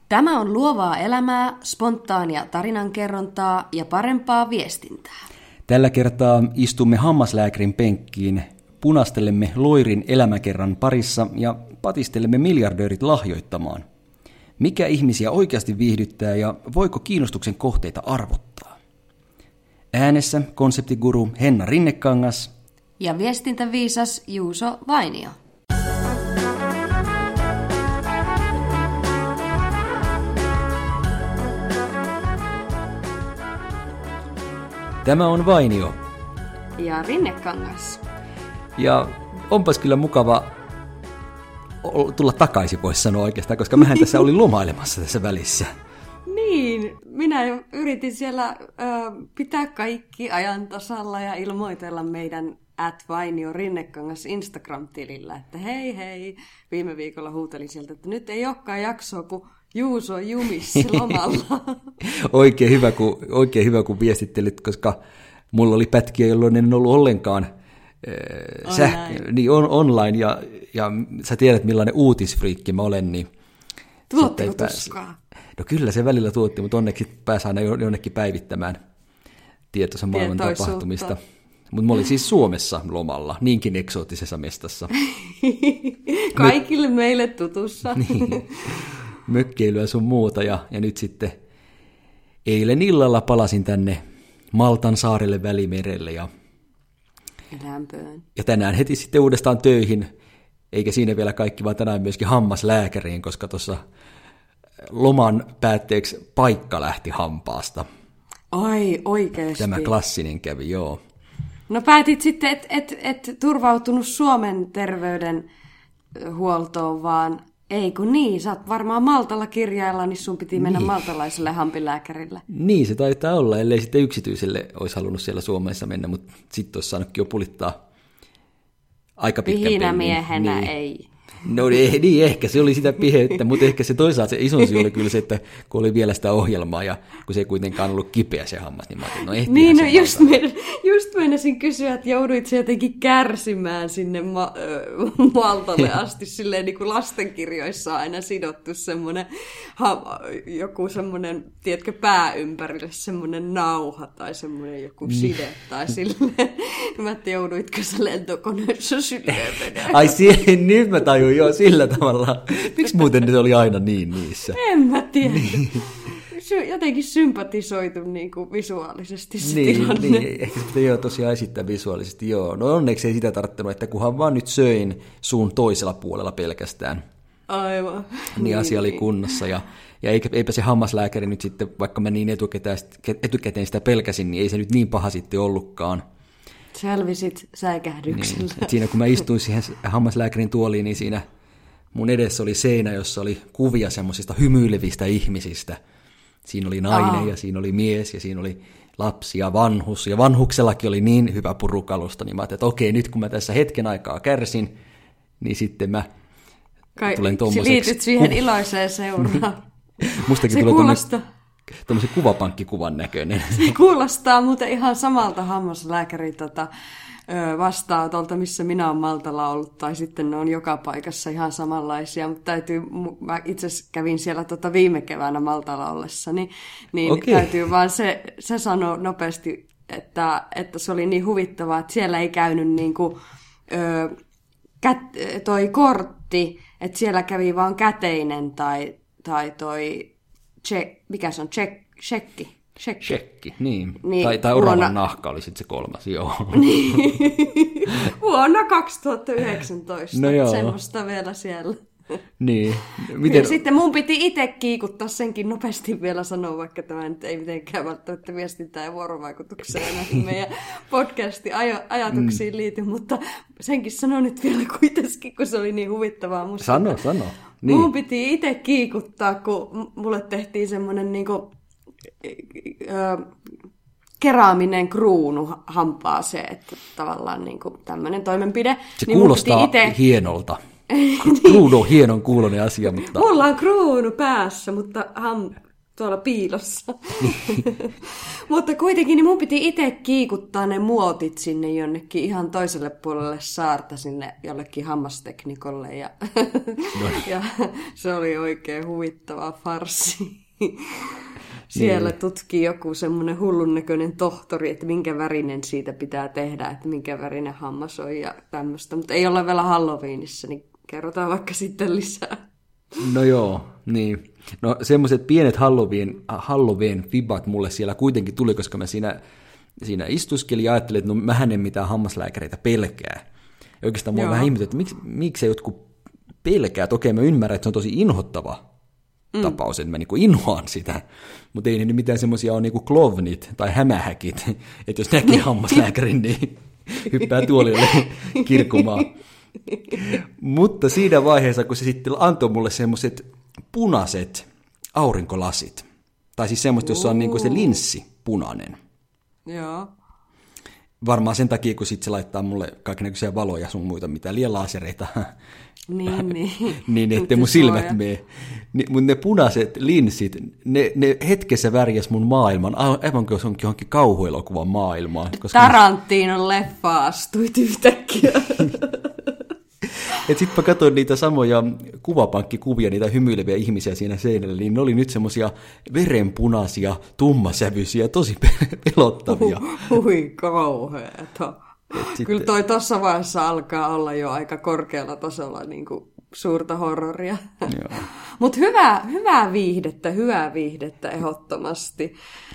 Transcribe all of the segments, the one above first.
Tämä on luovaa elämää, spontaania tarinankerrontaa ja parempaa viestintää. Tällä kertaa istumme hammaslääkärin penkkiin, punastelemme Loirin elämäkerran parissa ja patistelemme miljardöörit lahjoittamaan. Mikä ihmisiä oikeasti viihdyttää ja voiko kiinnostuksen kohteita arvottaa? Äänessä konseptiguru Henna Rinnekangas ja viestintäviisas Juuso Vainio. Tämä on Vainio. Ja Rinnekangas. Ja onpas kyllä mukava tulla takaisin, voisi sanoa oikeastaan, koska mähän tässä olin lomailemassa tässä välissä. Niin, minä yritin siellä pitää kaikki ajan tasalla ja ilmoitella meidän @Vainio Rinnekangas Instagram-tilillä, että hei, viime viikolla huutelin sieltä, että nyt ei olekaan jaksoa, kun Juuso on jumissa lomalla. Oikein hyvä, kun viestittelit, koska mulla oli pätkiä, jolloin en ollut ollenkaan online ja sä tiedät, millainen uutisfriikki mä olen. Niin tuottiko tuskaa? No kyllä se välillä tuotti, mutta onneksi pääsi aina jonnekin päivittämään tietoisen maailman tapahtumista. Mutta mä olin siis Suomessa lomalla, niinkin eksoottisessa mestassa. Kaikille meille tutussa. Niin, mökkeilyä sun muuta ja nyt sitten eilen illalla palasin tänne Maltan saarelle Välimerelle ja lämpöön. Ja tänään heti sitten uudestaan töihin, eikä siinä vielä kaikki, vaan tänään myöskin hammaslääkäriin, koska tuossa loman päätteeksi paikka lähti hampaasta. Ai, oikeasti. Tämä klassinen kävi, joo. No päätit sitten, et turvautunut Suomen terveydenhuoltoon, vaan ei kun niin, sä oot varmaan Maltalla kirjailla, niin sun piti mennä maltalaiselle hampilääkärille. Niin, se taitaa olla, ellei sitten yksityiselle olisi halunnut siellä Suomessa mennä, mutta sitten olisi saanutkin jo pulittaa aika pitkän pennin. Pihinämiehenä niin. Ei. No niin, ehkä se oli sitä piheyttä, mutta ehkä se toisaalta se iso syy oli kyllä se, että kun oli vielä sitä ohjelmaa ja kun se ei kuitenkaan ollut kipeä se hammas, niin mä ajattelin, no ehtihän niin, se just meinasin kysyä, että jouduit se jotenkin kärsimään sinne Maltalle asti, silleen niin kuin lastenkirjoissa on aina sidottu semmoinen, joku semmoinen, tiedätkö, pääympärille semmoinen nauha tai semmoinen joku side tai silleen. Mä ajattelin, jouduitko sä lentokoneessa silleen menee. Ai nyt mä tajun, joo, sillä tavalla. Miksi muuten ne oli aina niin niissä? En mä tiedä. Niin. Jotenkin sympatisoitu niin kuin visuaalisesti se tilanne. Niin, ehkä se pitää tosiaan esittää visuaalisesti, joo. No onneksi ei sitä tarvittanut, että kunhan vaan nyt söin suun toisella puolella pelkästään. Aivan. Niin asia oli kunnossa ja eipä se hammaslääkäri nyt sitten, vaikka mä niin etukäteen sitä pelkäsin, niin ei se nyt niin paha sitten ollutkaan. Selvisit säikähdyksellä. Niin, siinä kun mä istuin siihen hammaslääkärin tuoliin, niin siinä mun edessä oli seinä, jossa oli kuvia semmoisista hymyilevistä ihmisistä. Siinä oli nainen ja siinä oli mies ja siinä oli lapsi ja vanhus. Ja vanhuksellakin oli niin hyvä purukalusta, niin mä ajattelin, että okei, nyt kun mä tässä hetken aikaa kärsin, niin sitten mä tulen tommoseksi. Liityt siihen iloiseen seuraan. Mustakin se tulee kuulostaa. Tuommoisen kuvapankkikuvan näköinen. Se kuulostaa muuten ihan samalta hammaslääkärin vastaanotolta, missä minä olen Maltalla ollut, tai sitten ne on joka paikassa ihan samanlaisia, mutta mä itse kävin siellä viime keväänä Maltalla ollessani, niin okay. Täytyy vaan se sanoa nopeasti, että se oli niin huvittavaa, että siellä ei käynyt niin kuin, toi kortti, että siellä kävi vaan käteinen tai toi mikä se on, Shekki, niin. Tai oravan nahka oli sitten se kolmas, joo. Niin. Vuonna 2019, no semmoista vielä siellä. Niin. Ja sitten mun piti itse kiikuttaa senkin nopeasti vielä sanoa, vaikka tämä nyt ei mitenkään välttämättä viestintää ja vuorovaikutukseen näihin meidän podcastin ajatuksiin liity, mutta senkin sanon nyt vielä kuitenkin, kun se oli niin huvittavaa musta. Sano. Niin. Mun piti itse kiikuttaa, kun mulle tehtiin semmoinen niinku keraaminen kruunu hampaaseen, että tavallaan niinku tämmöinen toimenpide. Se niin kuulostaa hienolta. Kruunu on hienon kuuloinen asia, mutta... Mulla on kruunu päässä, mutta tuolla piilossa. Mutta kuitenkin niin mun piti itse kiikuttaa ne muotit sinne jonnekin ihan toiselle puolelle saarta, sinne jollekin hammasteknikolle. Ja, ja se oli oikein huvittava farssi. Siellä tutkii joku semmoinen hullun näköinen tohtori, että minkä värinen siitä pitää tehdä, että minkä värinen hammas on ja tämmöistä. Mutta ei ole vielä Halloweenissa, niin kerrotaan vaikka sitten lisää. No joo, niin. No semmoiset pienet Halloween-fibat mulle siellä kuitenkin tuli, koska mä siinä istuskelin ja ajattelin, että no mähän en mitään hammaslääkäreitä pelkää. Ja oikeastaan mua vähän ihmetynyt, että miksi jotkut pelkää. Okei, mä ymmärrän, että se on tosi inhottava tapaus, että mä niinku inhoan sitä. Mutta ei ne mitään semmoisia ole niinku klovnit tai hämähäkit, että jos näkee hammaslääkärin, niin hyppää tuolille kirkumaan. Mutta siinä vaiheessa, kun se sitten antoi mulle semmoiset punaiset aurinkolasit, tai siis semmoista, jossa on niinku se linssi punainen. Joo. Varmaan sen takia, kun sitten se laittaa mulle kaikennäköisiä valoja sun muita, mitä liian lasereita. Niin, ettei mun silmät mene. Mutta ne punaiset linssit, ne hetkessä värjäs mun maailman, aivan kuin se onkin johonkin kauhuelokuvan maailmaan. Tarantinon leffa astuit yhtäkkiä. Sitten mä katsoin niitä samoja kuvapankkikuvia, niitä hymyileviä ihmisiä siinä seinällä, niin ne oli nyt semmoisia verenpunaisia, tummasävyisiä, tosi pelottavia. Hui kauheeta. Kyllä toi tuossa vaiheessa alkaa olla jo aika korkealla tasolla niin kuin suurta horroria. Mutta hyvää viihdettä ehdottomasti,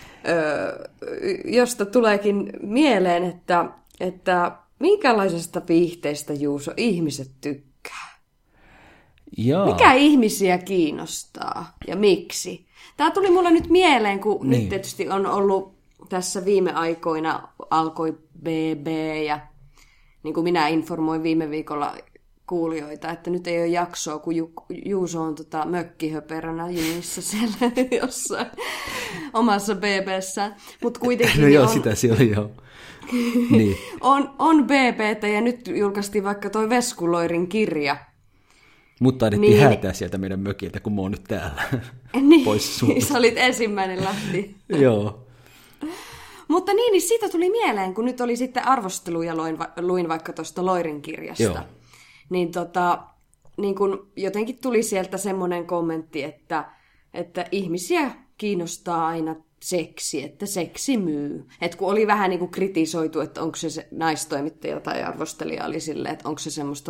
josta tuleekin mieleen, että minkälaisesta viihteestä, Juuso, ihmiset tykkää? Jaa. Mikä ihmisiä kiinnostaa ja miksi? Tämä tuli mulle nyt mieleen, kun nyt tietysti on ollut tässä viime aikoina, alkoi BB ja niin kuin minä informoin viime viikolla kuulijoita, että nyt ei ole jaksoa, kun Juuso on mökkihöperänä junissä siellä jossain omassa BB:ssään. Mut kuitenkin no joo, sitä se oli joo. Niin. on BB:tä ja nyt julkaistiin vaikka toi Veskuloirin kirja. Mutta aidettiin häätää sieltä meidän mökiltä, kun mä oon nyt täällä. Pois suunnasta. Sä olit ensimmäinen lähti. Joo. Mutta niin siitä tuli mieleen, kun nyt oli sitten arvosteluja, luin vaikka tuosta Loirin kirjasta. Joo. Niin, niin kun jotenkin tuli sieltä semmoinen kommentti, että ihmisiä kiinnostaa aina seksi, että seksi myy. Et kun oli vähän niin kuin kritisoitu, että onko se naistoimittaja tai arvostelija oli silleen, että onko se semmoista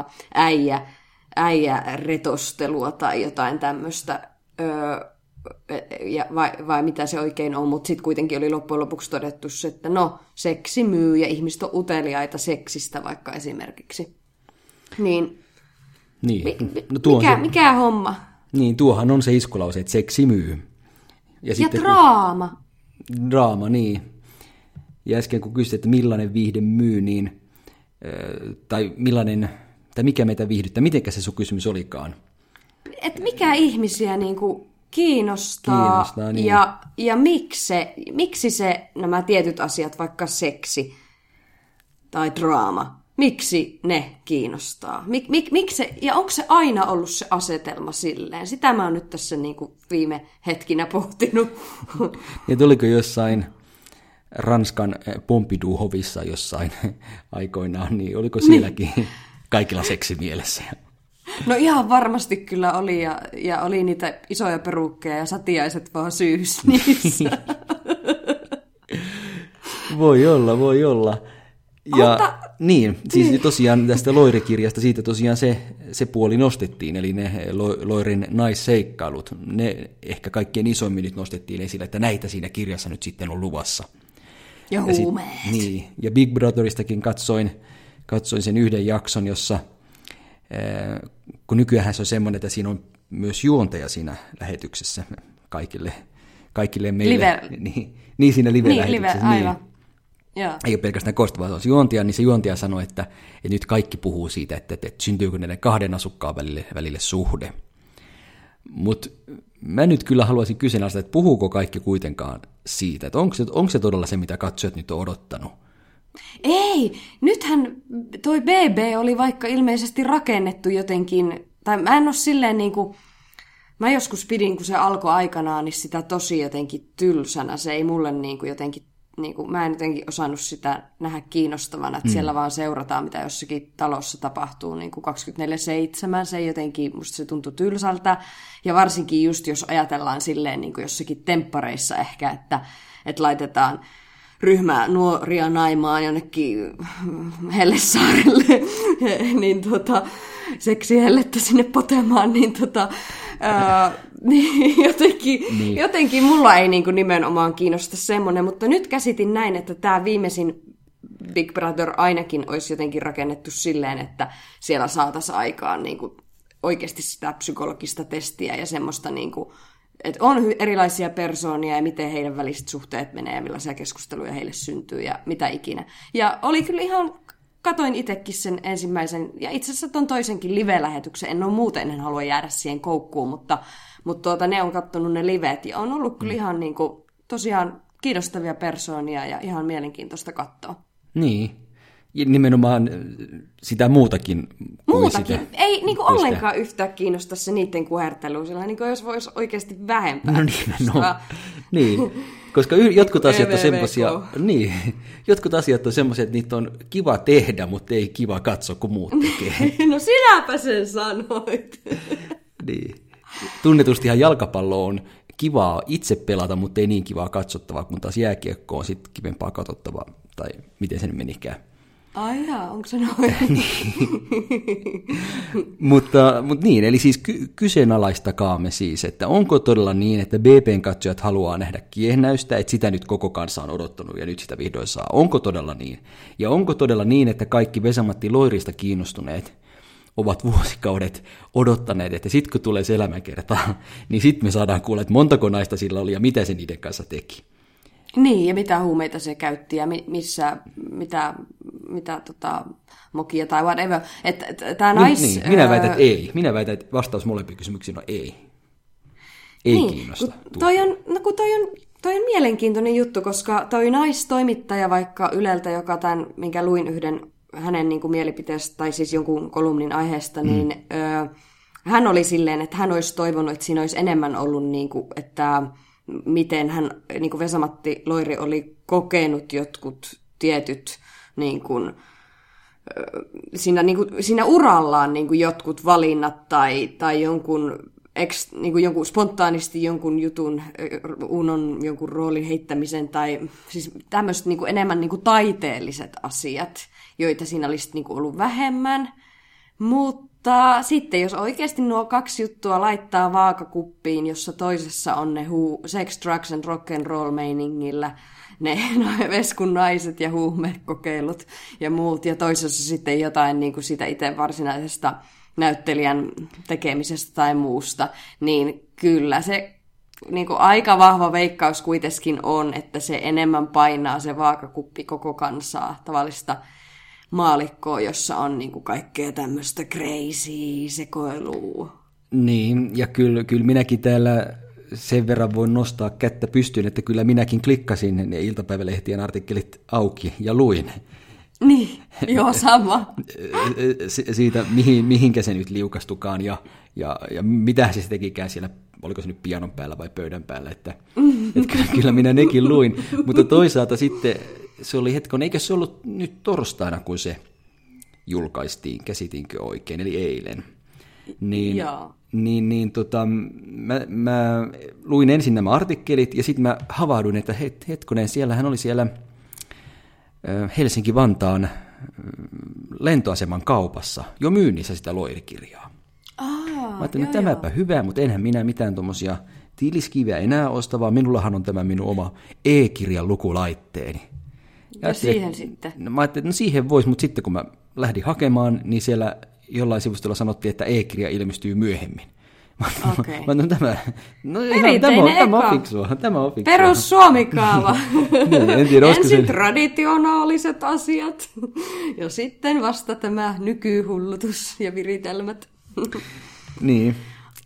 äijäretostelua tai jotain tämmöistä, vai mitä se oikein on, mutta sitten kuitenkin oli loppujen lopuksi todettu se, että no, seksi myy ja ihmiset on uteliaita seksistä vaikka esimerkiksi. Niin. Mikä homma? Niin, tuohan on se iskulause, että seksi myy. Ja sitten, draama. Draama, niin. Ja äsken kun kysyt, että millainen viihde myy, niin, tai mikä meitä viihdyttää, mitenkä se sun kysymys olikaan? Että mikä ihmisiä niinku kiinnostaa niin. ja miksi nämä tietyt asiat, vaikka seksi tai draama, miksi ne kiinnostaa? Ja onko se aina ollut se asetelma silleen? Sitä mä oon nyt tässä niinku viime hetkinä pohtinut. Ja tuliko jossain Ranskan Pompidou-hovissa jossain aikoinaan, niin oliko sielläkin kaikilla seksi mielessä? No ihan varmasti kyllä oli, ja oli niitä isoja peruukkeja ja satiaiset vaan syys niissä. Voi olla. Ja niin, siis tosiaan tästä Loiri-kirjasta siitä tosiaan se puoli nostettiin, eli ne Loirin naisseikkailut, ne ehkä kaikkein isoimmin nyt nostettiin esille, että näitä siinä kirjassa nyt sitten on luvassa. Ja huumeet. Niin, ja Big Brotheristakin katsoin sen yhden jakson, jossa, kun nykyään se on semmoinen, että siinä on myös juontaja siinä lähetyksessä kaikille meille. Niin siinä live-lähetyksessä. Aivan. Ja. Ei ole pelkästään Kosta, vaan se juontaja, niin se juontaja sanoi, että nyt kaikki puhuu siitä, että syntyykö näiden kahden asukkaan välille suhde. Mutta mä nyt kyllä haluaisin kyseenalaistaa, että puhuuko kaikki kuitenkaan siitä, että onko se todella se, mitä katsojat nyt on odottanut? Ei, nythän toi BB oli vaikka ilmeisesti rakennettu jotenkin, tai mä en ole silleen niinku Mä joskus pidin, kun se alkoi aikanaan, niin sitä tosi jotenkin tylsänä. Se ei mulle niin kuin jotenkin, niin kuin, mä en jotenkin osannut sitä nähdä kiinnostavana, että siellä vaan seurataan, mitä jossakin talossa tapahtuu niin kuin 24/7. Se jotenkin, musta se tuntui tylsältä. Ja varsinkin just, jos ajatellaan silleen niin kuin jossakin temppareissa ehkä, että laitetaan ryhmää nuoria naimaan jonnekin Hellesaarelle, niin seksihellettä sinne potemaan, niin niin jotenkin mulla ei niin kuin nimenomaan kiinnosta semmoinen, mutta nyt käsitin näin, että tämä viimeisin Big Brother ainakin olisi jotenkin rakennettu silleen, että siellä saataisiin aikaan niin kuin oikeasti sitä psykologista testiä ja semmoista, niin kuin, että on erilaisia persoonia ja miten heidän väliset suhteet menee ja millaisia keskusteluja heille syntyy ja mitä ikinä. Ja oli kyllä ihan, katoin itsekin sen ensimmäisen ja itse asiassa ton toisenkin live-lähetyksen. En ole muuten, en halua jäädä siihen koukkuun, mutta ne on kattonut ne livet ja on ollut kyllä ihan niin kuin, tosiaan kiinnostavia persoonia ja ihan mielenkiintoista katsoa. Niin. Ja nimenomaan sitä muutakin. Muutakin. Sitä, ei niin kuin ollenkaan yhtään kiinnosta se niiden kuhertelu, sillä niin kuin jos voisi oikeasti vähempää. No nimenomaan. Niin. Koska jotkut asiat on semmoisia, jotkut asiat on semmoisia, että niitä on kiva tehdä, mutta ei kiva katsoa, kun muut tekee. No sinäpä sen sanoit. Niin. Tunnetustihan jalkapallo on kivaa itse pelata, mutta ei niin kivaa katsottavaa, kun taas jääkiekko on sitten kivempaa katsottavaa, tai miten se nyt menikään. Ai jaa, onko se noin? mutta niin, eli siis kyseenalaistakaamme siis, että onko todella niin, että BB:n katsojat haluaa nähdä kiehnäystä, että sitä nyt koko kansa on odottanut ja nyt sitä vihdoin saa. Onko todella niin? Ja onko todella niin, että kaikki Vesa-Matti Loirista kiinnostuneet ovat vuosikaudet odottaneet, että sitten kun tulee se elämänkerta, niin sitten me saadaan kuulla, että montako naista sillä oli ja mitä se niiden kanssa teki. Niin, ja mitä huumeita se käytti ja mitä mokia tai whatever. Niin, minä väitän, että ei. Minä väitän, että vastaus molempiin kysymyksiin on ei. Ei niin, kiinnosta. Toi on mielenkiintoinen juttu, koska toi naistoimittaja vaikka Yleltä, joka minkä luin yhden hänen niin kuin mielipiteestä, tai siis jonkun kolumnin aiheesta, niin hän oli silleen, että hän olisi toivonut, että siinä olisi enemmän ollut, niin kuin, että miten hän, niin kuin Vesa-Matti Loiri oli kokenut jotkut tietyt niin kuin, siinä urallaan niin kuin jotkut valinnat tai jonkun spontaanisti jonkun jutun, unon jonkun roolin heittämisen tai siis tämmöiset niin kuin enemmän niin kuin taiteelliset asiat, joita siinä olisi niin kuin ollut vähemmän. Mutta sitten jos oikeasti nuo kaksi juttua laittaa vaakakuppiin, jossa toisessa on ne sex, drugs and rock and roll meiningillä, ne veskun naiset ja huumekokeilut ja muut, ja toisessa sitten jotain niin kuin sitä itse varsinaisesta näyttelijän tekemisestä tai muusta, niin kyllä se niin kuin aika vahva veikkaus kuitenkin on, että se enemmän painaa se vaakakuppi koko kansaa tavallista maalikkoa, jossa on niin kuin kaikkea tämmöistä crazy sekoilua. Niin, ja kyllä minäkin täällä sen verran voin nostaa kättä pystyyn, että kyllä minäkin klikkasin ne iltapäivälehtien artikkelit auki ja luin. Niin, joo, sama. Siitä, mihinkä se nyt liukastukaan ja mitä se tekikään siellä, oliko se nyt pianon päällä vai pöydän päällä, että kyllä minä nekin luin. Mutta toisaalta sitten se oli eikö se ollut nyt torstaina, kun se julkaistiin, käsitinkö oikein, eli eilen. Mä luin ensin nämä artikkelit ja sitten mä havahduin, että hetkonen, siellähän oli siellä Helsinki-Vantaan lentoaseman kaupassa jo myynnissä sitä Loiri-kirjaa. Mä ajattelin, että tämäpä hyvä, mutta enhän minä mitään tuommoisia tiiliskiviä enää osta, vaan minullahan on tämä minun oma e-kirjan lukulaitteeni. Ja siihen sitten? Mä ajattelin, että siihen voisi, mutta sitten kun mä lähdin hakemaan, niin siellä jollain sivustolla sanottiin, että e-kirja ilmestyy myöhemmin. Tämä on fiksua. Perus Suomi-kaava. Niin, ensin traditionaaliset asiat ja sitten vasta tämä nykyhullutus ja viritelmät. Niin,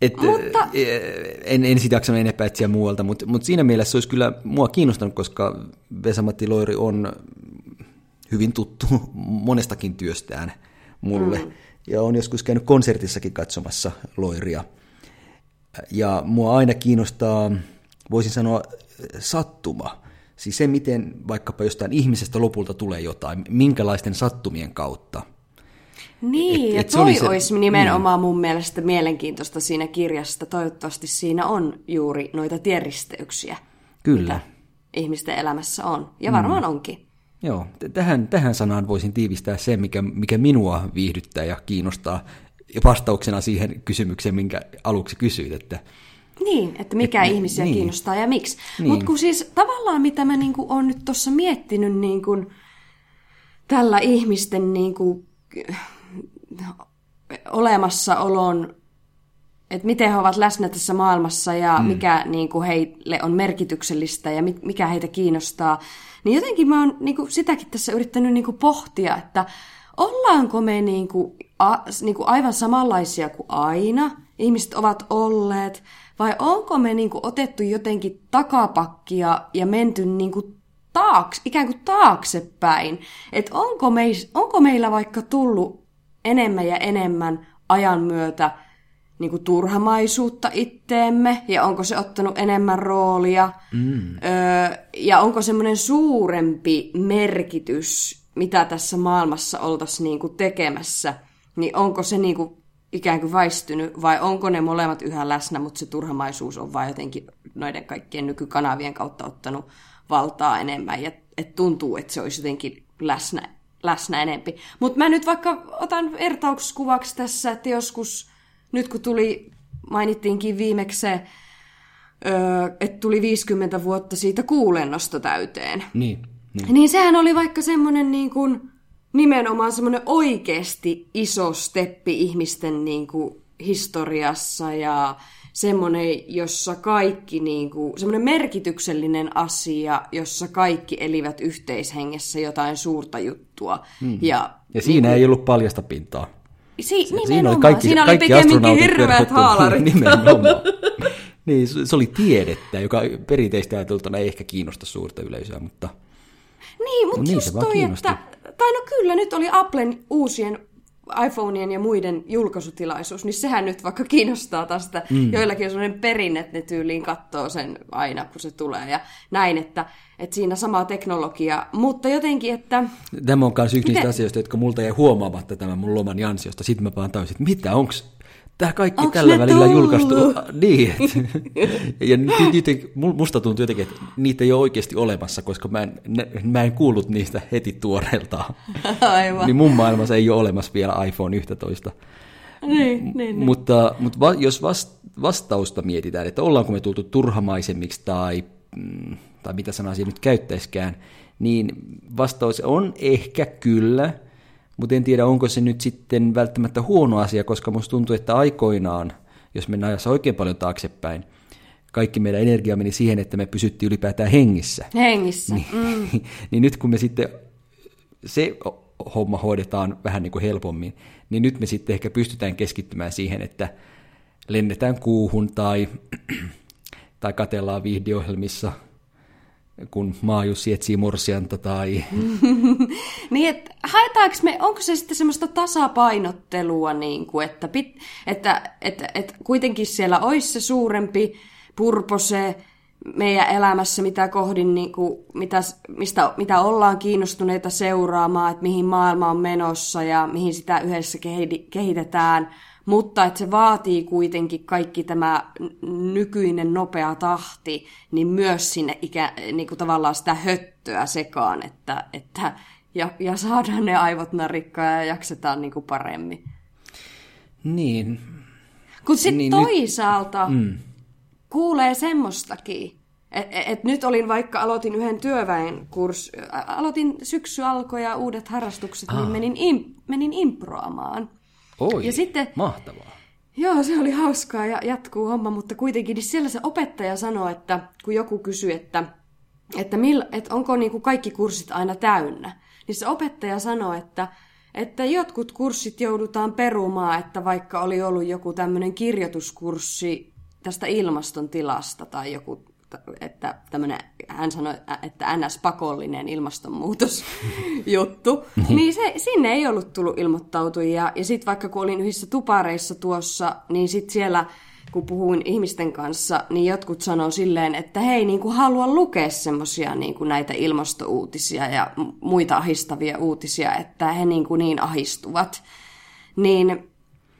en sitä jaksanut enempää etsiä muualta, mutta siinä mielessä se olisi kyllä mua kiinnostanut, koska Vesa-Matti Loiri on hyvin tuttu monestakin työstään mulle. Ja olen joskus käynyt konsertissakin katsomassa Loiria. Ja mua aina kiinnostaa, voisin sanoa, sattuma. Siis se, miten vaikkapa jostain ihmisestä lopulta tulee jotain, minkälaisten sattumien kautta. Niin, ja toi olisi nimenomaan mun mielestä mielenkiintoista siinä kirjassa. Toivottavasti siinä on juuri noita tienristeyksiä, kyllä, mitä ihmisten elämässä on. Ja varmaan onkin. Joo, tähän sanaan voisin tiivistää sen, mikä minua viihdyttää ja kiinnostaa vastauksena siihen kysymykseen, minkä aluksi kysyit. Että niin, että mikä ihmisiä kiinnostaa ja miksi. Niin. Mutta kun siis tavallaan mitä mä niinku olen nyt tuossa miettinyt niinku, tällä ihmisten niinku, olemassaolon, että miten he ovat läsnä tässä maailmassa ja mikä niinku, heille on merkityksellistä ja mikä heitä kiinnostaa, niin jotenkin mä oon niinku, sitäkin tässä yrittänyt niinku, pohtia, että ollaanko me niinku, aivan samanlaisia kuin aina ihmiset ovat olleet, vai onko me niinku, otettu jotenkin takapakkia ja menty niinku, ikään kuin taaksepäin? Että onko meillä vaikka tullut enemmän ja enemmän ajan myötä niinku, turhamaisuutta itteemme, ja onko se ottanut enemmän roolia, ja onko semmoinen suurempi merkitys, mitä tässä maailmassa oltaisiin niinku, tekemässä, niin onko se niinku, ikään kuin väistynyt, vai onko ne molemmat yhä läsnä, mutta se turhamaisuus on vain jotenkin noiden kaikkien nykykanavien kautta ottanut valtaa enemmän, ja et tuntuu, että se olisi jotenkin läsnä enempi. Mutta mä nyt vaikka otan vertauskuvaksi tässä, että joskus, nyt kun mainittiinkin viimeksi se, että tuli 50 vuotta siitä kuulennosta täyteen. Niin sehän oli vaikka semmoinen niin kuin, nimenomaan semmoinen oikeasti iso steppi ihmisten niin kuin, historiassa ja semmoinen, jossa kaikki, niin kuin, semmoinen merkityksellinen asia, jossa kaikki elivät yhteishengessä jotain suurta juttua. Ja siinä ei ollut paljasta pintaa. Siinä oli pikemminkin hirveät haalarit. Nimenomaan. Niin, se oli tiedettä, joka perinteisesti ajateltuna ei ehkä kiinnosta suurta yleisöä, mutta niin, mutta just toi, että tai no kyllä, nyt oli Applen uusien iPhoneien ja muiden julkaisutilaisuus, niin sehän nyt vaikka kiinnostaa tästä. Joillakin on sellainen perinne, että ne tyyliin katsoo sen aina, kun se tulee ja näin, että siinä sama teknologia, mutta jotenkin, että tämä on myös yksi niistä asioista, jotka multa jäi huomaamatta tämän mun lomani ansiosta. Sitten mä vaan tajusin, että mitä, onks tämä kaikki tällä välillä julkaistu? Niin. Ja musta tuntuu jotenkin, että niitä ei ole oikeasti olemassa, koska mä en kuullut niistä heti tuoreeltaan. Aivan. Niin mun maailmassa ei ole olemassa vielä iPhone 11. Niin. Mutta jos vastausta mietitään, että ollaanko me tultu turhamaisemmiksi tai mitä sanaa siinä nyt käyttäisikään, niin vastaus on ehkä kyllä. Mutta en tiedä, onko se nyt sitten välttämättä huono asia, koska musta tuntuu, että aikoinaan, jos mennään ajassa oikein paljon taaksepäin, kaikki meidän energia meni siihen, että me pysyttiin ylipäätään hengissä. Niin nyt kun me sitten se homma hoidetaan vähän niin kuin helpommin, niin nyt me sitten ehkä pystytään keskittymään siihen, että lennetään kuuhun tai katellaan viihdeohjelmissa, kun Maajussi etsii morsianta tai niin, että haetaanko me, onko se sitten semmoista tasapainottelua, niin kuin, että kuitenkin siellä olisi se suurempi purpose meidän elämässä, mitä kohdin, niin kuin, mitä ollaan kiinnostuneita seuraamaan, että mihin maailma on menossa ja mihin sitä yhdessä kehitetään, mutta että se vaatii kuitenkin kaikki tämä nykyinen nopea tahti, niin myös sinne niin kuin tavallaan sitä höttöä sekaan, ja saadaan ne aivot narikkaan ja jaksetaan niin kuin paremmin. Niin. Kun sitten toisaalta kuulee semmoistakin, että nyt aloitin yhden työväen kurssin, syksy alkoi ja uudet harrastukset, niin menin improamaan. Oi, ja sitten, mahtavaa. Joo, se oli hauskaa ja jatkuu homma, mutta kuitenkin niin siellä se opettaja sanoi, että kun joku kysyi, että onko niin kuin kaikki kurssit aina täynnä, niin se opettaja sanoi, että jotkut kurssit joudutaan perumaan, että vaikka oli ollut joku tämmöinen kirjoituskurssi tästä ilmaston tilasta tai joku, että tämmöinen, hän sanoi, että NS-pakollinen ilmastonmuutosjuttu, niin sinne ei ollut tullut ilmoittautujia. Ja sitten vaikka kun olin yhdessä tupareissa tuossa, niin sitten kun puhuin ihmisten kanssa, niin jotkut sanoo silleen, että he ei niin kuin halua lukea semmoisia niin kuin näitä ilmastouutisia ja muita ahistavia uutisia, että he niin ahistuvat. Niin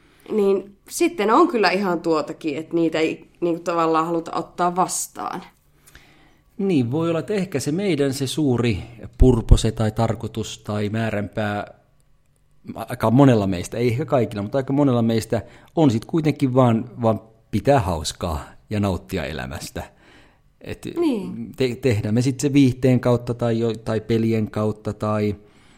sitten on kyllä ihan tuotakin, että niitä ei niin kuin tavallaan haluta ottaa vastaan. Niin, voi olla, että ehkä se meidän se suuri purpose tai tarkoitus tai määränpää aika monella meistä, ei ehkä kaikilla, mutta aika monella meistä on sitten kuitenkin vaan pitää hauskaa ja nauttia elämästä. Niin. Tehdään me sitten se viihteen kautta tai pelien kautta tai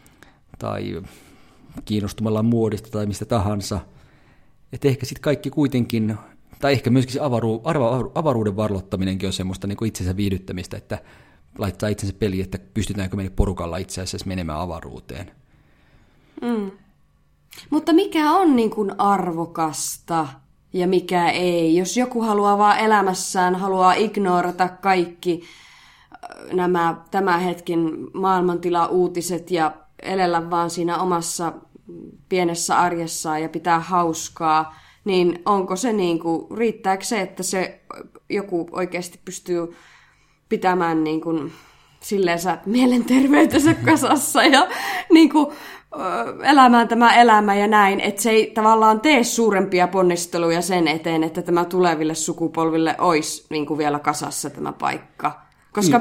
kiinnostumalla muodista tai mistä tahansa. Että ehkä sitten kaikki kuitenkin, tai ehkä myöskin se avaruuden varlottaminenkin on semmoista niin kuin itsensä viihdyttämistä, että laittaa itsensä peliin, että pystytäänkö meidän porukalla itse asiassa menemään avaruuteen. Mm. Mutta mikä on niin kuin arvokasta ja mikä ei? Jos joku haluaa vaan elämässään, haluaa ignorata kaikki nämä tämän hetken maailmantila-uutiset ja elellä vaan siinä omassa pienessä arjessaan ja pitää hauskaa, niin onko se niin kuin, riittääkö se, että se joku oikeasti pystyy pitämään niin kuin silleensä mielenterveytensä kasassa ja niin kuin elämään tämä elämä ja näin, että se ei tavallaan tee suurempia ponnisteluja sen eteen, että tämä tuleville sukupolville olisi niin kuin vielä kasassa tämä paikka. Koska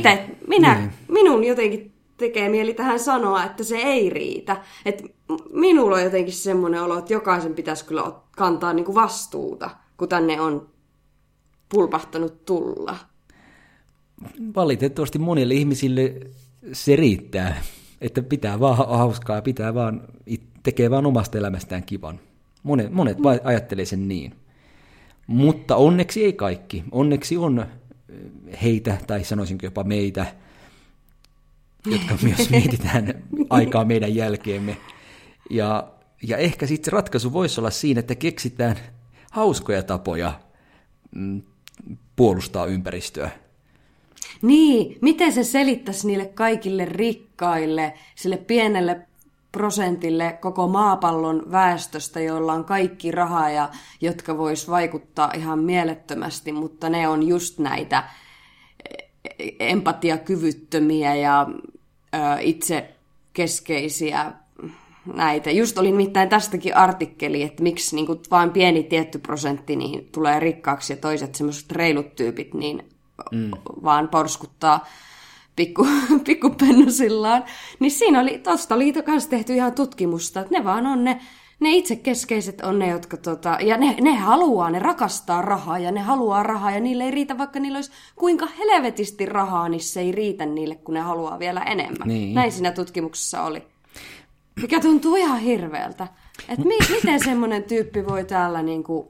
minun jotenkin tekee mieli tähän sanoa, että se ei riitä. Että minulla on jotenkin semmoinen olo, että jokaisen pitäisi kyllä kantaa niin kuin vastuuta, kun tänne on pulpahtanut tulla. Valitettavasti monille ihmisille se riittää, että pitää vaan hauskaa ja pitää vaan, tekee vaan omasta elämästään kivan. Monet ajattelee sen niin. Mutta onneksi ei kaikki. Onneksi on heitä, tai sanoisinko jopa meitä, jotka myös mietitään aikaa meidän jälkeemme. Ja ehkä sitten se ratkaisu voisi olla siinä, että keksitään hauskoja tapoja puolustaa ympäristöä. Niin, miten se selittäisi niille kaikille rikkaille, sille pienelle prosentille koko maapallon väestöstä, joilla on kaikki rahaa ja jotka vois vaikuttaa ihan mielettömästi, mutta ne on just näitä empatiakyvyttömiä ja itsekeskeisiä näitä. Just oli nimittäin tästäkin artikkeli, että miksi niin kuin vain pieni tietty prosentti niin tulee rikkaaksi ja toiset semmoiset reilut tyypit niin vaan porskuttaa pikkupennusillaan. Niin siinä oli, tosta oli kanssa tehty ihan tutkimusta, että ne vaan on ne itsekeskeiset on ne, jotka ja ne haluaa, ne rakastaa rahaa ja ne haluaa rahaa ja niille ei riitä, vaikka niillä olisi kuinka helvetisti rahaa, niin se ei riitä niille, kun ne haluaa vielä enemmän. Niin. Näin siinä tutkimuksessa oli. Mikä tuntuu ihan hirveältä. Että miten semmoinen tyyppi voi täällä niinku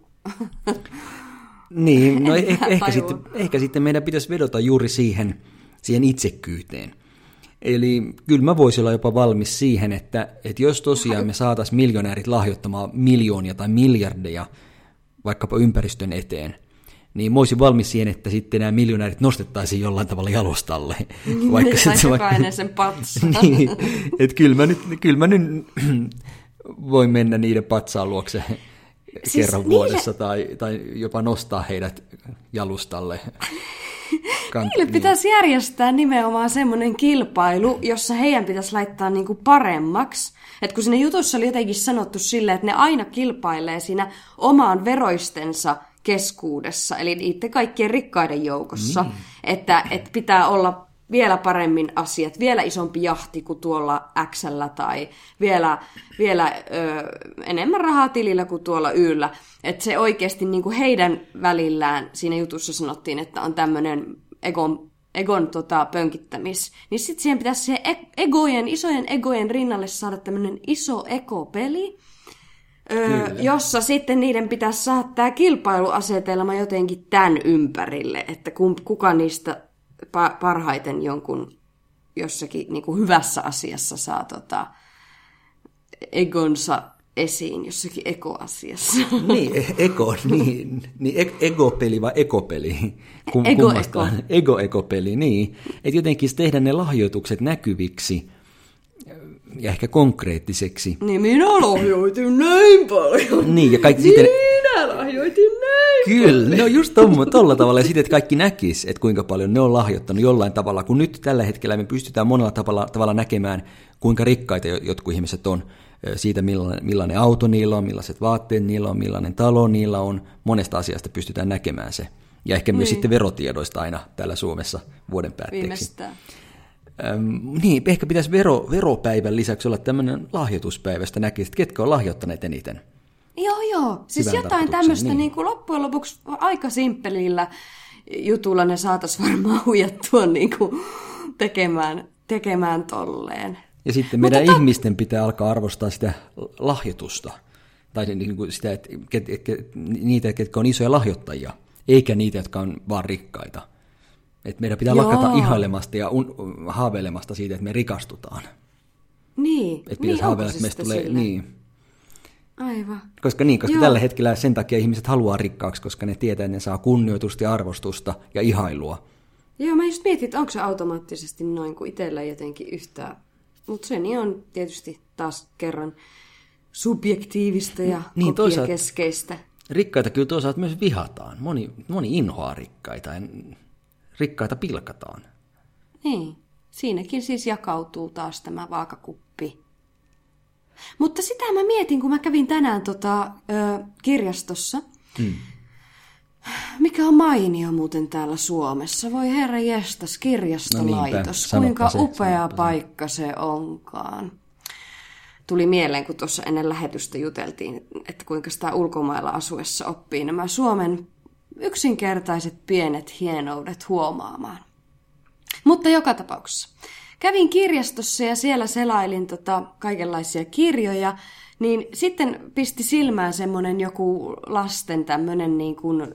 Niin, no ehkä sitten meidän pitäisi vedota juuri siihen itsekkyyteen. Eli kyllä mä voisin olla jopa valmis siihen, että jos tosiaan me saataisiin miljonäärit lahjoittamaan miljoonia tai miljardeja vaikkapa ympäristön eteen, niin mä olisin valmis siihen, että sitten nämä miljonäärit nostettaisiin jollain tavalla jalustalle. Tai jokainen sen patsaa. Niin, että kyllä mä nyt voin mennä niiden patsaan luokse kerran vuodessa tai jopa nostaa heidät jalustalle. Niille pitäisi järjestää nimenomaan semmoinen kilpailu, jossa heidän pitäisi laittaa niinku paremmaksi. Et kun siinä jutussa oli jotenkin sanottu silleen, että ne aina kilpailee siinä omaan veroistensa keskuudessa, eli niiden kaikkien rikkaiden joukossa, että pitää olla vielä paremmin asiat, vielä isompi jahti kuin tuolla X:llä tai vielä enemmän rahaa tilillä kuin tuolla Yllä. Että se oikeasti niin kuin heidän välillään siinä jutussa sanottiin, että on tämmöinen egon pönkittämis. Niin sitten siihen pitäisi se isojen egojen rinnalle saada tämmöinen iso ekopeli, jossa sitten niiden pitäisi saada tämä kilpailuasetelma jotenkin tämän ympärille, että kuka niistä parhaiten jonkun jossakin niin kuin hyvässä asiassa saa egonsa esiin jossakin ekoasiassa. Niin, egopeli vai ekopeli? Ego-ekopeli, niin. Että jotenkin tehdä ne lahjoitukset näkyviksi ja ehkä konkreettiseksi. Niin, minä lahjoitin näin paljon. Niin, ja kaikki minä lahjoitin näin Kyllä, ne on just tolla tavalla, ja sitten, että kaikki näkis, että kuinka paljon ne on lahjoittanut jollain tavalla, kun nyt tällä hetkellä me pystytään monella tavalla näkemään, kuinka rikkaita jotkut ihmiset on, siitä millainen auto niillä on, millaiset vaatteet niillä on, millainen talo niillä on, monesta asiasta pystytään näkemään se. Ja ehkä myös sitten verotiedoista aina täällä Suomessa vuoden päätteeksi. Viimeistään. Niin, ehkä pitäisi veropäivän lisäksi olla tämmöinen lahjoituspäivästä näkisi, että ketkä on lahjoittaneet eniten. Joo. Siis hyvän jotain tämmöistä niin kuin loppujen lopuksi aika simppelillä jutulla ne saataisiin varmaan huijattua niin kuin tekemään tolleen. Ja sitten meidän ihmisten pitää alkaa arvostaa sitä lahjoitusta. Tai niin kuin sitä, että niitä, ketkä on isoja lahjoittajia, eikä niitä, jotka on vaan rikkaita. Että meidän pitää lakata ihailemasta ja haaveilemasta siitä, että me rikastutaan. Niin. Että pitäisi haaveilla, että meistä tulee... Niin. Aivan. Koska tällä hetkellä sen takia ihmiset haluaa rikkaaksi, koska ne tietää, että ne saa kunnioitusta ja arvostusta ja ihailua. Joo, mä just mietin, että onko se automaattisesti noin kuin itsellä jotenkin yhtään. Mutta se niin on tietysti taas kerran subjektiivista ja niin, kopiakeskeistä. Rikkaita kyllä toisaalta myös vihataan. Moni inhoaa rikkaita ja rikkaita pilkataan. Niin, siinäkin siis jakautuu taas tämä vaakakuppi. Mutta sitä mä mietin, kun mä kävin tänään kirjastossa. Mikä on mainio muuten täällä Suomessa? Voi herra jestas, kirjastolaitos. No kuinka upea paikka se onkaan. Tuli mieleen, kun tuossa ennen lähetystä juteltiin, että kuinka sitä ulkomailla asuessa oppii nämä Suomen yksinkertaiset pienet hienoudet huomaamaan. Mutta joka tapauksessa. Kävin kirjastossa ja siellä selailin kaikenlaisia kirjoja, niin sitten pisti silmään semmoinen joku lasten tämmöinen niin kuin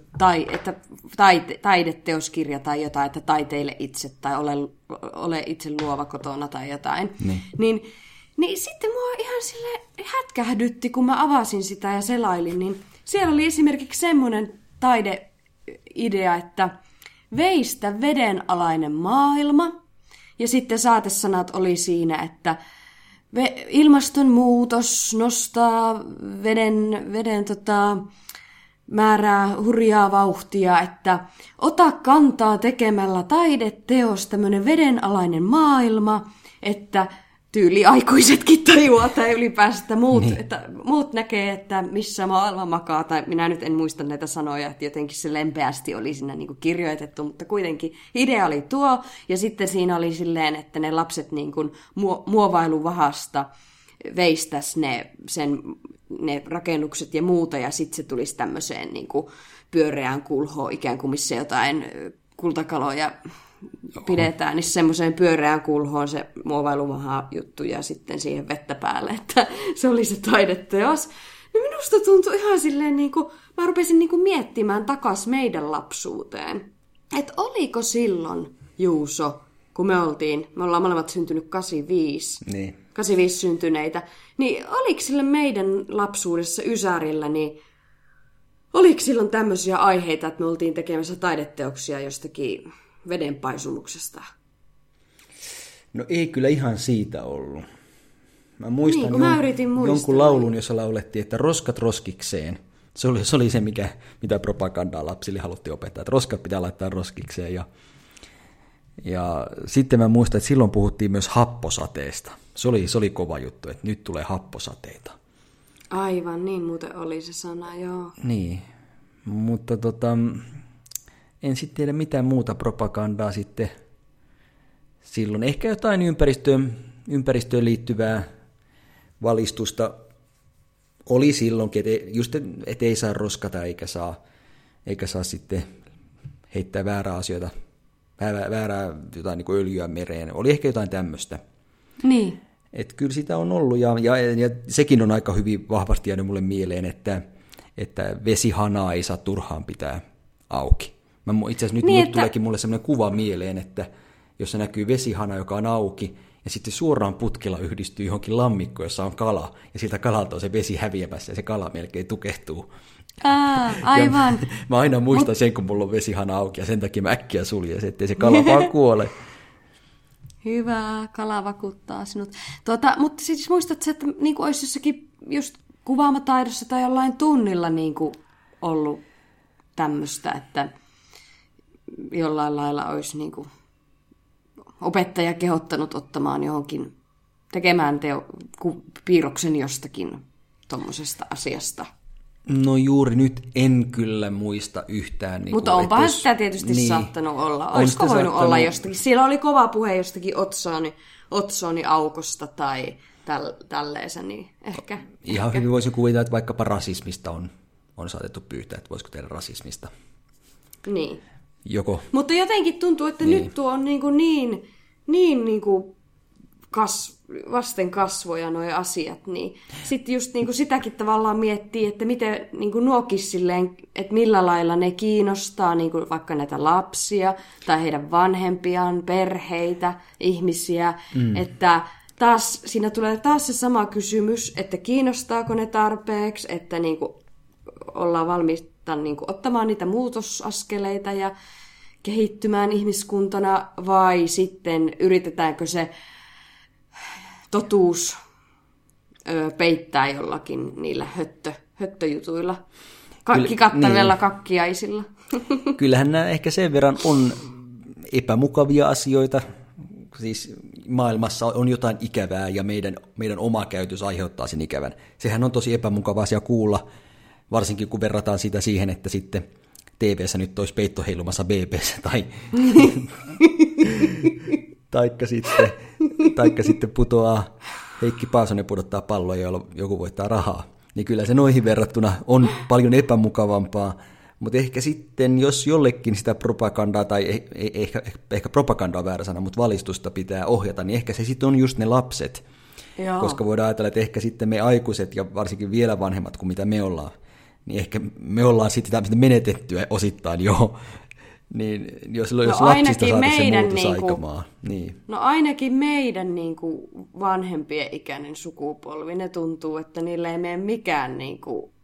taideteoskirja tai jotain, että taiteile itse tai ole itse luova kotona tai jotain. Niin sitten mua ihan sille hätkähdytti, kun mä avasin sitä ja selailin, niin siellä oli esimerkiksi semmoinen taideidea, että veistä vedenalainen maailma. Ja sitten saatesanat oli siinä, että ilmastonmuutos nostaa veden määrää hurjaa vauhtia, että ota kantaa tekemällä taideteos, tämmöinen vedenalainen maailma, että tyyli aikuisetkin tajuaa tai ylipäänsä muut näkee, että missä maailma makaa, tai minä nyt en muista näitä sanoja, että jotenkin se lempeästi oli siinä niin kuin kirjoitettu, mutta kuitenkin idea oli tuo, ja sitten siinä oli silleen, että ne lapset niin kuin muovailuvahasta veistäisi ne rakennukset ja muuta, ja sitten se tulisi tämmöiseen niin kuin pyöreään kulhoon, ikään kuin missä jotain kultakaloja pidetään, niin semmoiseen pyöreään kulhoon se muovailumaha juttu ja sitten siihen vettä päälle, että se oli se taideteos. Niin minusta tuntui ihan silleen, niin kuin, mä rupesin niin kuin miettimään takas meidän lapsuuteen. Että oliko silloin, Juuso, kun me ollaan molemmat syntynyt 85, niin. 85 syntyneitä, niin oliko sille meidän lapsuudessa Ysärillä, niin oliko silloin tämmöisiä aiheita, että me oltiin tekemässä taideteoksia jostakin vedenpaisumuksesta? No ei kyllä ihan siitä ollut. Mä muistan jonkun laulun, jossa laulettiin, että roskat roskikseen. Se oli se, mitä propagandaa lapsille haluttiin opettaa, että roskat pitää laittaa roskikseen. Ja sitten mä muistan, että silloin puhuttiin myös happosateesta. Se oli kova juttu, että nyt tulee happosateita. Aivan, niin muuten oli se sana, joo. Niin, mutta en sitten tiedä mitään muuta propagandaa sitten silloin. Ehkä jotain ympäristöön liittyvää valistusta oli silloinkin, että ei saa roskata eikä saa sitten heittää väärää asioita, väärää jotain niin kuin öljyä mereen. Oli ehkä jotain tämmöistä. Niin. Että kyllä sitä on ollut ja sekin on aika hyvin vahvasti jäänyt mulle mieleen, että vesihanaa ei saa turhaan pitää auki. Itse asiassa nyt tuleekin mulle sellainen kuva mieleen, että jossa näkyy vesihana, joka on auki, ja sitten suoraan putkella yhdistyy johonkin lammikko, jossa on kala, ja siltä kalalta on se vesi häviämässä, ja se kala melkein tukehtuu. Aivan. Mä aina muistan sen, kun mulla on vesihana auki, ja sen takia mä äkkiä suljen se, ettei se kala vaan kuole. Hyvä, kala vakuuttaa sinut. Mutta siis muistatko, että niin olisi jossakin just kuvaamataidossa tai jollain tunnilla niin ollut tämmöistä, että jollain lailla olisi niin kuin opettaja kehottanut ottamaan johonkin, tekemään piirroksen jostakin tuommoisesta asiasta. No juuri nyt en kyllä muista yhtään. Niin mutta onpahan sitä tietysti saattanut olla. Olisiko voinut olla jostakin? Siellä oli kova puhe jostakin Otsooni aukosta tai tälleensä, niin ehkä. Ihan hyvin voisin kuvitella, että vaikkapa rasismista on saatettu pyytää, että voisiko tehdä rasismista. Niin. Joko. Mutta jotenkin tuntuu, että nyt tuo on niin kuin vasten kasvoja nuo asiat, niin sitten just niin kuin sitäkin tavallaan miettii, että miten niin kuin nuokin silleen, että millä lailla ne kiinnostaa niin kuin vaikka näitä lapsia tai heidän vanhempiaan, perheitä, ihmisiä, että taas siinä tulee taas se sama kysymys, että kiinnostaako ne tarpeeksi, että niin kuin ollaan valmiita niin kuin ottamaan niitä muutosaskeleita ja kehittymään ihmiskuntana, vai sitten yritetäänkö se totuus peittää jollakin niillä höttöjutuilla, kattavilla kakkiaisilla. Kyllähän nämä ehkä sen verran on epämukavia asioita. Siis maailmassa on jotain ikävää ja meidän oma käytös aiheuttaa sen ikävän. Sehän on tosi epämukava asia kuulla, varsinkin kun verrataan sitä siihen, että sitten TV:ssä nyt olisi peitto heilumassa BB:ssä taikka sitten putoaa Heikki Paasonen pudottaa palloa, jolla joku voittaa rahaa. Niin kyllä se noihin verrattuna on paljon epämukavampaa, mutta ehkä sitten, jos jollekin sitä propagandaa, tai ehkä propaganda on väärä sana, mutta valistusta pitää ohjata, niin ehkä se sitten on just ne lapset. Joo. Koska voidaan ajatella, että ehkä sitten me aikuiset, ja varsinkin vielä vanhemmat kuin mitä me ollaan, niin ehkä me ollaan sitten tämmöistä menetettyä osittain jo. Niin jos lapsista saataisiin se muutosaikamaa. Niin. No ainakin meidän niin kuin vanhempien ikäinen sukupolvi, ne tuntuu, että niille ei mene mikään niin kuin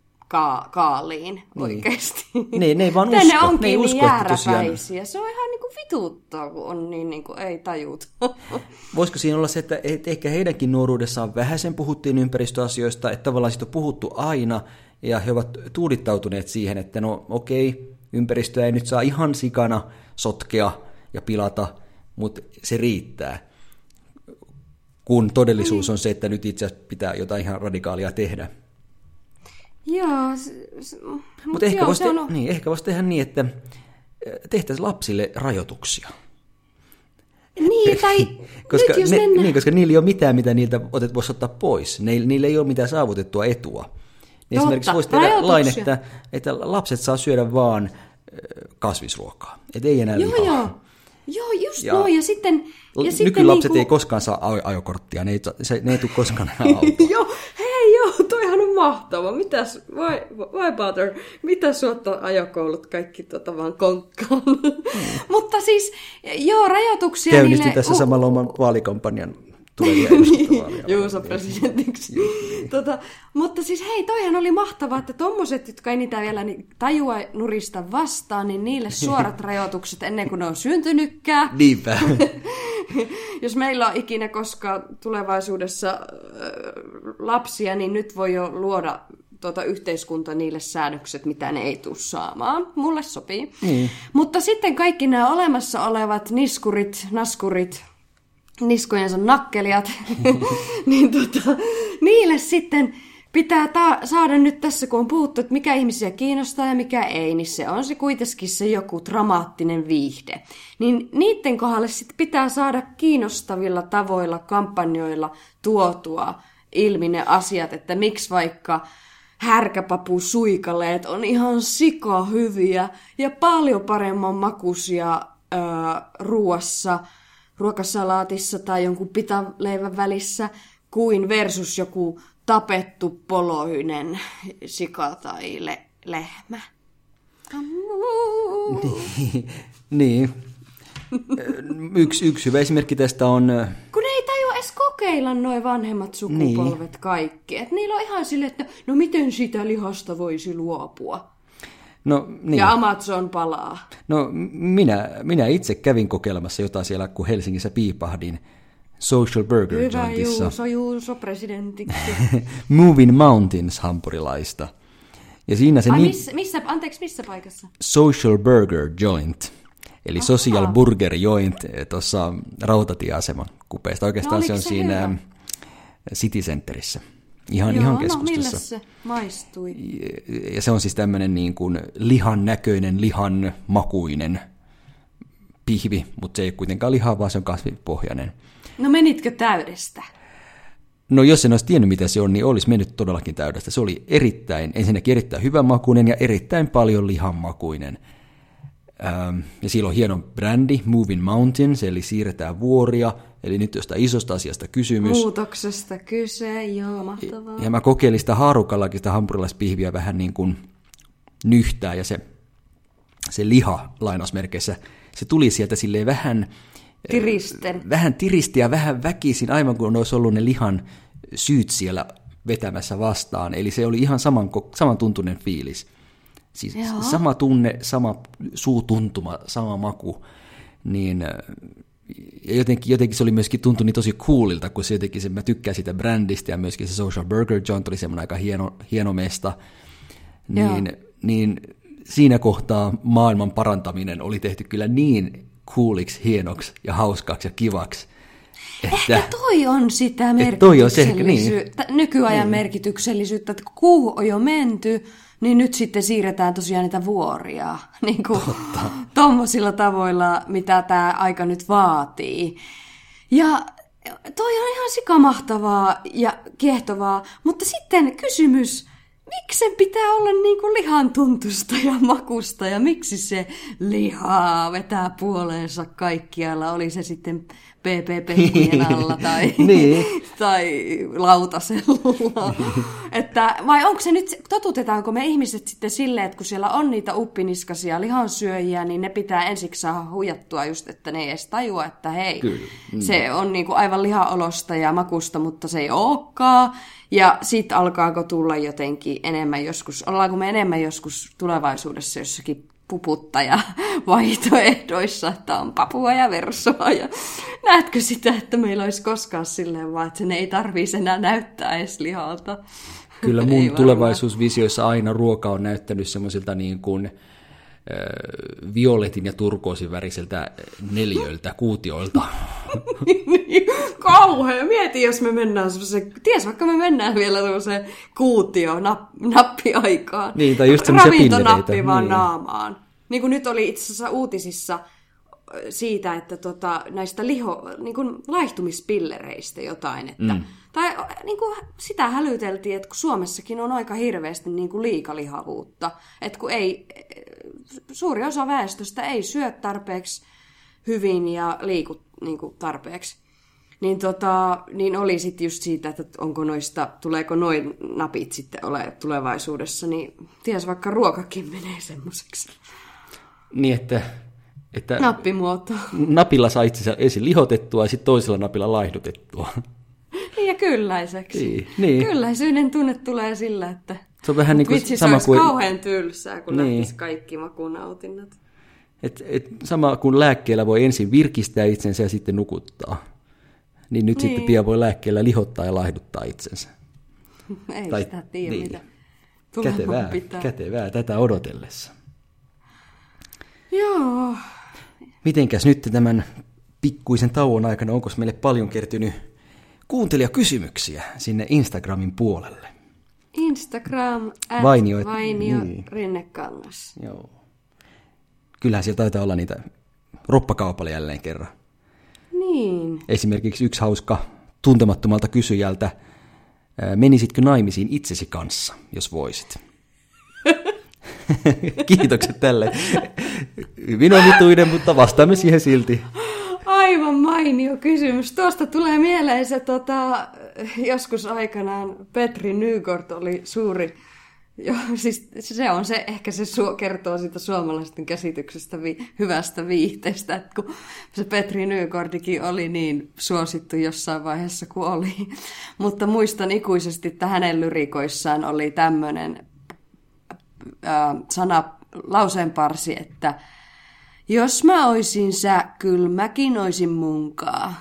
kaaliin oikeasti. Ne ei vaan usko. Ne onkin niin jääräpäisiä. Se on ihan niin kuin vituttaa, kun on niin kuin ei tajuta. Voisiko siinä olla se, että ehkä heidänkin nuoruudessaan vähäisen puhuttiin ympäristöasioista, että tavallaan siitä on puhuttu aina, ja he ovat tuudittautuneet siihen, että no okei, ympäristöä ei nyt saa ihan sikana sotkea ja pilata, mutta se riittää. Kun todellisuus on se, että nyt itse asiassa pitää jotain ihan radikaalia tehdä. Joo. Mutta ehkä voisi tehdä niin, että tehtäisiin lapsille rajoituksia. Niin, tai koska nyt jos mennään. Koska niillä ei ole mitään, mitä niiltä voisi ottaa pois. Niillä ei ole mitään saavutettua etua. Niin esimerkiksi voisi tehdä lain, että lapset saa syödä vaan kasvisruokaa. Että ei enää lihaa. Joo, just noin. Ja sitten nykylapset ei koskaan saa ajokorttia. Ne ei tule koskaan autoa. Toihan on mahtava. Why bother? Mitä suottaa ajokoulut kaikki vaan konkkaan? Mutta siis, rajoituksia käynnistin niille. Tässä samalla oman vaalikampanjan tulevia eduskuntavaaleja. Juuso presidentiksi. Mutta siis toihan oli mahtavaa, että tommoset, jotka ei niitä vielä tajua nurista vastaan, niin niille suorat rajoitukset ennen kuin ne on syntynytkään. Niinpä. Jos meillä on ikinä koskaan tulevaisuudessa lapsia, niin nyt voi jo luoda yhteiskunta niille säännökset, mitä ne ei tule saamaan. Mulle sopii. Mutta sitten kaikki nämä olemassa olevat niskurit, naskurit, niskojensa nakkelijat, niin niille sitten pitää saada nyt tässä, kun on puhuttu, että mikä ihmisiä kiinnostaa ja mikä ei, niin se on se kuitenkin se joku dramaattinen viihde. Niin niiden kohdalle sitten pitää saada kiinnostavilla tavoilla, kampanjoilla tuotua ilmi ne asiat, että miksi vaikka härkäpapusuikaleet on ihan sika hyviä ja paljon paremman makuisia ruokasalaatissa tai jonkun pitaleivän välissä kuin versus joku tapettu poloinen sika tai lehmä. Niin. Yksi hyvä esimerkki tästä on... Kun ei tajua edes kokeilla nuo vanhemmat sukupolvet kaikki. Et niillä on ihan silleen, että no miten sitä lihasta voisi luopua? No, niin. Ja Amazon palaa. No minä itse kävin kokeilemassa jotain siellä, kun Helsingissä piipahdin Social Burger Jointissa. Hyvä Juuso presidentiksi. Moving Mountains -hampurilaista. Ja siinä se missä paikassa? Social Burger Joint, eli Social Burger Joint tuossa rautatieaseman kupeesta. Oikeastaan se on siinä hyvä? City Centerissä, ihan keskustassa. Millä se maistui? Ja se on siis tämmöinen niin kuin lihan näköinen, lihan makuinen pihvi, mutta se ei kuitenkaan lihaa, vaan se on kasvipohjainen. No menitkö täydestä? No jos en olisi tiennyt, mitä se on, niin olisi mennyt todellakin täydestä. Se oli ensinnäkin erittäin hyvänmakuinen ja erittäin paljon lihanmakuinen. Ja sillä on hieno brändi, Moving Mountains, eli siirretään vuoria, eli nyt jostain isosta asiasta kysymys. Muutoksesta kyse, joo, mahtavaa. Ja mä kokeilin sitä haarukallakin, sitä hampurilaispihviä vähän niin kuin nyhtää, ja se liha, lainausmerkeissä, se tuli sieltä silleen vähän tiristi ja vähän väkisin, aivan kuin olisi ollut ne lihan syyt siellä vetämässä vastaan. Eli se oli ihan samantuntuinen fiilis. Siis sama tunne, sama suutuntuma, sama maku. Niin, ja jotenkin se oli myöskin tuntui tosi coolilta, kun se jotenkin, mä tykkään sitä brändistä, ja myöskin se Social Burger Joint oli semmoinen aika hieno mesta. Niin siinä kohtaa maailman parantaminen oli tehty kyllä niin cooliksi, hienoksi ja hauskaksi ja kivaksi. Ehkä toi on sitä merkityksellisyyttä, nykyajan merkityksellisyyttä, että kun kuuhun on jo menty, niin nyt sitten siirretään tosiaan niitä vuoria niin kuin tommosilla tavoilla, mitä tämä aika nyt vaatii. Ja toi on ihan sikamahtavaa ja kiehtovaa, mutta sitten kysymys, miksi sen pitää olla niin kuin lihan tuntusta ja makusta ja miksi se lihaa vetää puoleensa kaikkialla, oli se sitten PPP-pehkujen alla tai lautasella. Vai onko se nyt, totutetaanko me ihmiset sitten silleen, että kun siellä on niitä uppiniskaisia lihansyöjiä, niin ne pitää ensiksi saada huijattua just, että ne ei edes tajua, että hei, se on niin kuin aivan lihaolosta ja makusta, mutta se ei olekaan. Ja sitten alkaako tulla jotenkin enemmän joskus, ollaanko me enemmän joskus tulevaisuudessa jossakin puputtaja-vaihtoehdoissa, että on papua ja versoa. Ja näetkö sitä, että meillä olisi koskaan silleen vaan, että sen ei tarvitse enää näyttää edes lihalta? Kyllä mun tulevaisuusvisioissa aina ruoka on näyttänyt semmoisilta niin kuin violetin ja turkoosin väriseltä neliöiltä, kuutioilta. Kauhea. Mieti, jos me mennään semmoiseen, vaikka me mennään vielä semmoiseen nappiaikaan. Niin, tai just semmoisia pillereitä. Ravintonappi vaan naamaan. Niin kuin nyt oli itse asiassa uutisissa siitä, että näistä niin kuin laihtumispillereistä jotain, että tai niin kuin sitä hälyteltiin, että kun Suomessakin on aika hirveästi niin kuin liikalihavuutta, että kun suuri osa väestöstä ei syö tarpeeksi hyvin ja liiku niin kuin tarpeeksi. Niin oli sitten just siitä, että tuleeko noin napit sitten ole tulevaisuudessa, niin ties vaikka ruokakin menee semmoiseksi. Niin, että nappimuotoa. Napilla saa itsensä ensin lihotettua ja sitten toisella napilla laihdutettua. Niin ja kylläiseksi. Niin. Kylläisyyden tunne tulee sillä, että se on vähän niin kuin vitsi, se olisi kauhean tylsää, kun lähtisi kaikki makunautinnat. Sama kuin lääkkeellä voi ensin virkistää itsensä ja sitten nukuttaa. Niin nyt sitten pian voi lääkkeellä lihottaa ja laihduttaa itsensä. Ei sitä tiedä, mitä tulemaan pitää. Kätevää tätä odotellessa. Joo. Mitenkäs nyt tämän pikkuisen tauon aikana, onko meille paljon kertynyt kuuntelijakysymyksiä sinne Instagramin puolelle? Instagram Vainio Rinnekangas. Joo. Kyllähän siellä taitaa olla niitä roppakaupalla jälleen kerran. Niin. Esimerkiksi yksi hauska tuntemattomalta kysyjältä, menisitkö naimisiin itsesi kanssa, jos voisit? Kiitokset tälle. Hyvin omituinen, mutta vastaamme siihen silti. Aivan mainio kysymys. Tuosta tulee mieleen se joskus aikanaan Petri Nygård oli suuri. Siis se on se, ehkä se kertoo siitä suomalaisten käsityksestä hyvästä viihteestä, että kun se Petri Nygårdikin oli niin suosittu jossain vaiheessa kuin oli. Mutta muistan ikuisesti, että hänen lyrikoissaan oli tämmöinen lauseenparsi, että jos mä oisin sä, kyllä mäkin oisin munkaa.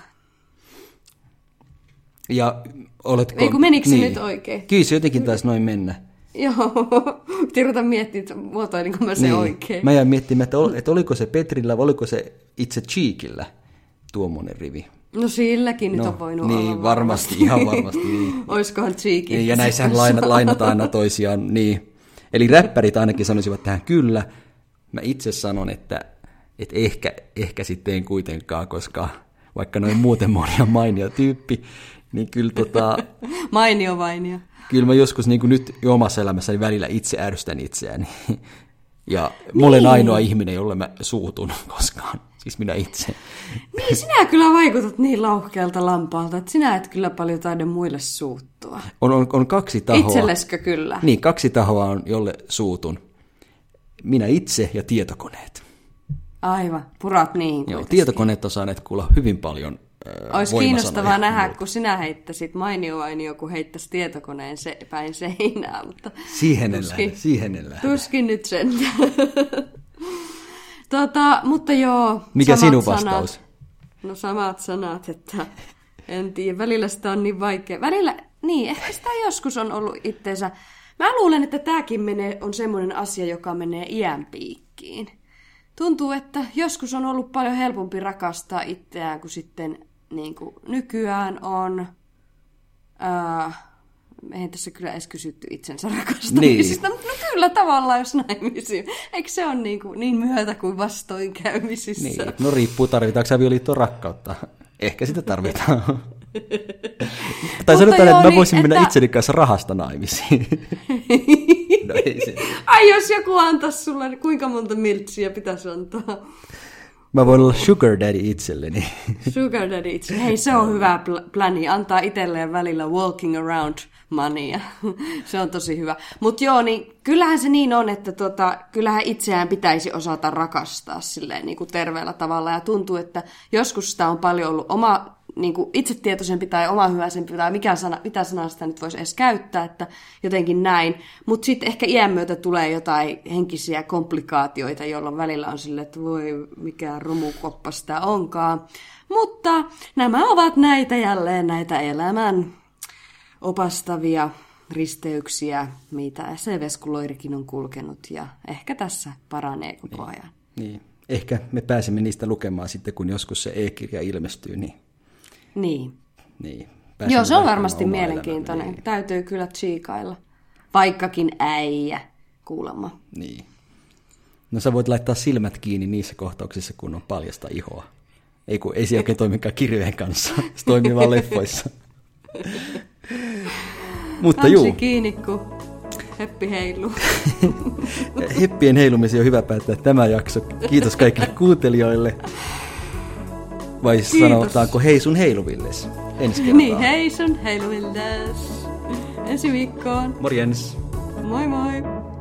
Ja oletko... Ei kun menikö se nyt oikein? Kyllä se jotenkin taisi noin mennä. Joo, ruveta miettimään, että muotoilinko mä se niin. oikein. Mä jäin miettimään, että oliko se Petrillä vai oliko se itse Cheekillä tuommoinen rivi. No silläkin nyt on voinut niin, olla. varmasti, ihan varmasti. Niin. Oiskohan Cheekin? Niin, ja näissähän lainataan aina toisiaan. Niin. Eli räppärit ainakin sanoisivat tähän kyllä. Mä itse sanon, että ehkä sitten en kuitenkaan, koska vaikka noin muuten mä olin mainio tyyppi, niin kyllä mainio vainio. Kyllä mä joskus niin kuin nyt omassa elämässäni välillä itse ärsytän itseäni. Ja mä olen ainoa ihminen, jolle mä suutun koskaan. Siis minä itse. Niin, sinä kyllä vaikutat niin lauhkealta lampaalta, että sinä et kyllä paljon taida muille suuttua. On kaksi tahoa. Itselleskö kyllä? Niin, kaksi tahoa on, jolle suutun. Minä itse ja tietokoneet. Aivan, purat niin. Joo, tietokoneet on saaneet kuulla hyvin paljon olisi kiinnostavaa nähdä, kun sinä heittäisit mainio, kun heittäisi tietokoneen päin seinää. Mutta siihen en lähde. Tuskin nyt sen. Mutta joo. Mikä sinun vastaus? No samat sanat, että en tiedä. Välillä sitä on niin vaikea. Välillä, niin, ehkä sitä joskus on ollut itseensä. Mä luulen, että tämäkin on semmoinen asia, joka menee iän piikkiin. Tuntuu, että joskus on ollut paljon helpompi rakastaa itseään kuin sitten niin kuin nykyään on. Eihän tässä kyllä edes kysytty itsensä rakastamisesta, niin. No kyllä tavallaan, jos naimisiin. Eikö se ole niin myötä kuin vastoinkäymisissä? Niin. No riippuu, tarvitaanko avioliittoon rakkautta. Ehkä sitä tarvitaan. Tai sanotaan, että mä voisin mennä itseni kanssa rahasta naimisiin. No ei se. Ai jos joku antaisi sulle, niin kuinka monta miltsiä pitäisi antaa? Mä voin olla sugar daddy itselleni. Sugar daddy itselleni. Hei, se on hyvä pläni. Antaa itselleen välillä walking around moneya. Se on tosi hyvä. Mutta joo, niin kyllähän se niin on, että kyllähän itseään pitäisi osata rakastaa silleen niin kuin terveellä tavalla. Ja tuntuu, että joskus sitä on paljon ollut niin kuin itsetietoisempi tai omahyväisempi tai mitä sanaa sitä nyt voisi edes käyttää, että jotenkin näin. Mutta sitten ehkä iän myötä tulee jotain henkisiä komplikaatioita, jolloin välillä on silleen, että voi mikä romukoppa sitä onkaan. Mutta nämä ovat näitä elämän opastavia risteyksiä, mitä se veskuloirikin on kulkenut ja ehkä tässä paranee koko ajan. Niin. Ehkä me pääsemme niistä lukemaan sitten, kun joskus se e-kirja ilmestyy, Niin. Pääsemme joo, se on varmasti mielenkiintoinen. Niin. Täytyy kyllä tsiikailla. Vaikkakin äijä kuulemma. Niin. No sä voit laittaa silmät kiinni niissä kohtauksissa, kun on paljasta ihoa. Ei se oikein toimikaan kirjojen kanssa. Se toimii vaan leffoissa. Mutta Hansi kiinni, kun heppi heiluu. Heppien heilumisia on hyvä päättää tämä jakso. Kiitos kaikille kuuntelijoille. Vai sanotaanko hei sun heiluvilles? Ensi kertaa. Niin, hei sun heiluvilles. Ensi viikkoon. Morjens. Moi moi.